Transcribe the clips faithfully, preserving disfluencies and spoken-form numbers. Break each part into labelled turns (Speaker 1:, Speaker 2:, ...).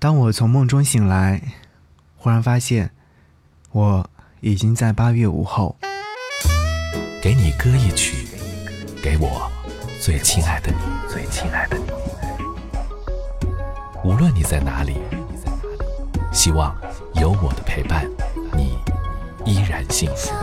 Speaker 1: 当我从梦中醒来，忽然发现我已经在八月午后。
Speaker 2: 给你歌一曲，给我最亲爱的你，最亲爱的你。无论你在哪里，希望有我的陪伴，你依然幸福。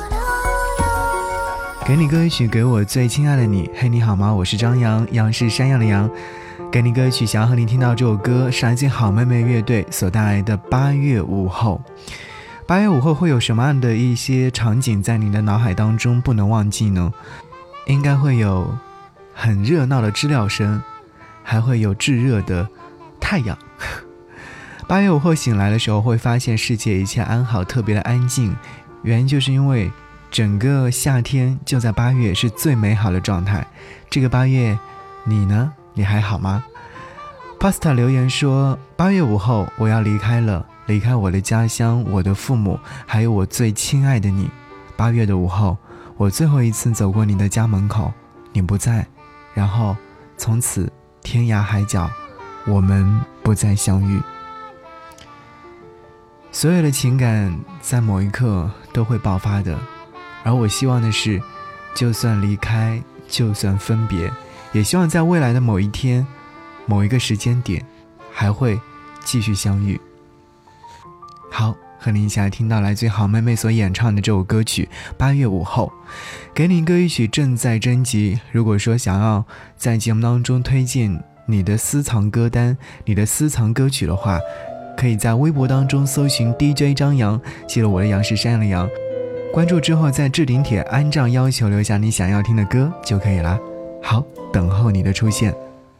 Speaker 1: 给你歌一曲，给我最亲爱的你。嘿，你好吗？我是张扬，杨是山羊的羊。给你歌曲，想要和你听到这首歌是来自好妹妹乐队所带来的八月午后。八月午后会有什么样的一些场景在你的脑海当中不能忘记呢？应该会有很热闹的知了声，还会有炙热的太阳。八月午后醒来的时候，会发现世界一切安好，特别的安静。原因就是因为整个夏天就在八月是最美好的状态。这个八月你呢？你还好吗？ Pasta 留言说，八月午后我要离开了，离开我的家乡，我的父母，还有我最亲爱的你。八月的午后，我最后一次走过你的家门口，你不在，然后从此天涯海角，我们不再相遇。所有的情感在某一刻都会爆发的，而我希望的是，就算离开，就算分别，也希望在未来的某一天，某一个时间点，还会继续相遇。好，和你一起来听到来自好妹妹所演唱的这首歌曲《八月午后》。给你歌一曲正在征集，如果说想要在节目当中推荐你的私藏歌单，你的私藏歌曲的话，可以在微博当中搜寻 D J 张扬，记了我的杨是山羊的羊，关注之后在置顶帖按照要求留下你想要听的歌就可以了。好，等候你的出现。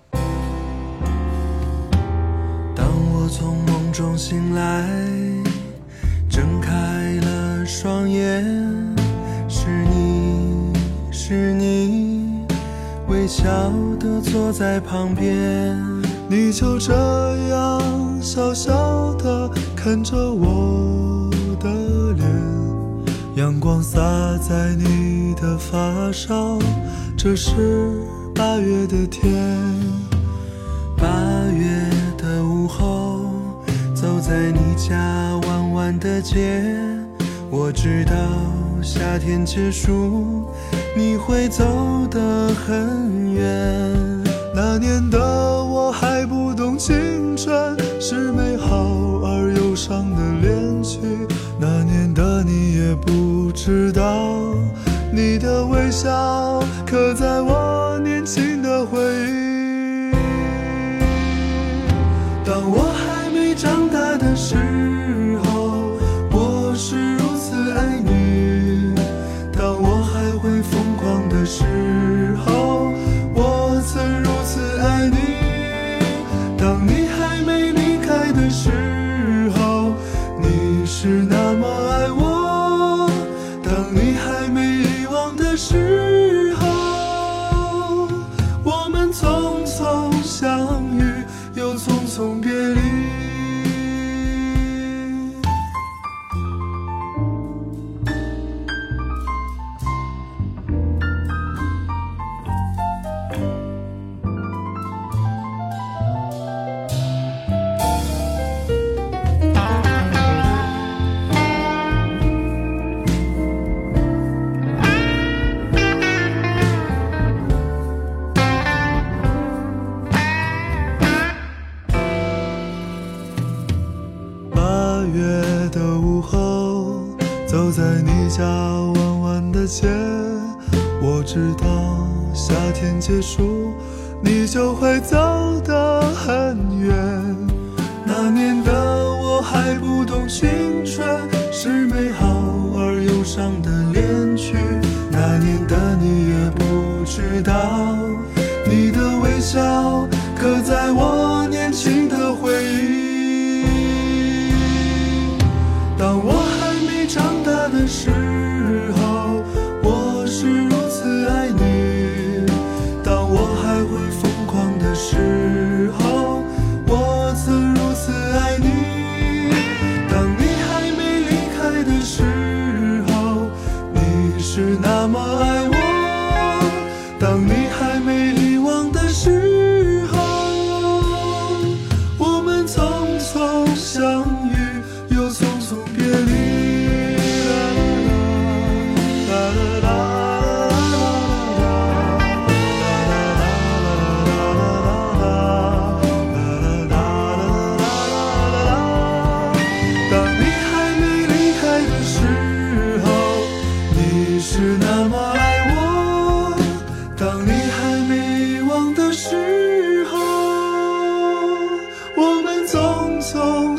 Speaker 3: 当我从梦中醒来，睁开了双眼，是你是你微笑地坐在旁边，你就这样小小地看着我的脸，阳光洒在你的发梢，这是八月的天。八月的午后，走在你家弯弯的街，我知道夏天结束，你会走得很远。那年的我还不懂青春是美好而忧伤的恋曲，那年的你也不知道，你的微笑刻在我年轻的回忆。当我还没长大的时候，我是如此爱你，当我还会疯狂的时候，我曾如此爱你，当你还没离开的时候，你是那么爱我，当你还没遗忘的时候，我们匆匆相遇，又匆匆别离。八月的午后，走在你家弯弯的街，我知道夏天结束，你就会走得很远。那年的我还不懂青春是美好而忧伤的恋曲，那年的你也不知道，你的微笑刻在我年轻的回忆。当我还没长大的时候，我是如此爱你，当我还会疯狂的时候，我曾如此爱你，当你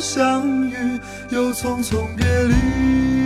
Speaker 3: 相遇，又匆匆别离。